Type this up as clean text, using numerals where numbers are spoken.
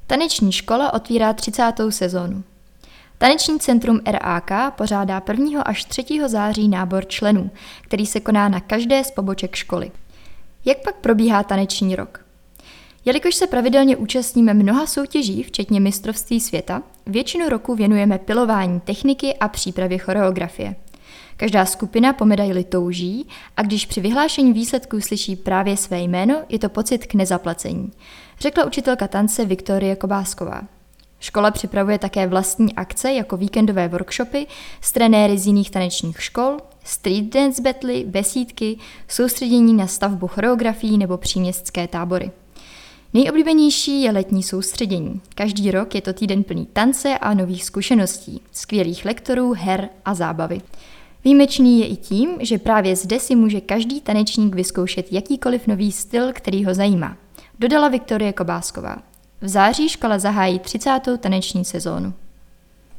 Taneční škola otvírá 30. sezónu. Taneční centrum RAK pořádá 1. až 3. září nábor členů, který se koná na každé z poboček školy. Jak pak probíhá taneční rok? Jelikož se pravidelně účastníme mnoha soutěží, včetně mistrovství světa, většinu roku věnujeme pilování techniky a přípravě choreografie. Každá skupina po medaili touží a když při vyhlášení výsledků slyší právě své jméno, je to pocit k nezaplacení, řekla učitelka tance Viktorie Kobásková. Škola připravuje také vlastní akce jako víkendové workshopy s trenéry z jiných tanečních škol, street dance battle, besídky, soustředění na stavbu choreografií nebo příměstské tábory. Nejoblíbenější je letní soustředění. Každý rok je to týden plný tance a nových zkušeností, skvělých lektorů, her a zábavy. Výjimečný je i tím, že právě zde si může každý tanečník vyzkoušet jakýkoliv nový styl, který ho zajímá, dodala Viktorie Kobásková. V září škola zahájí 30. taneční sezónu.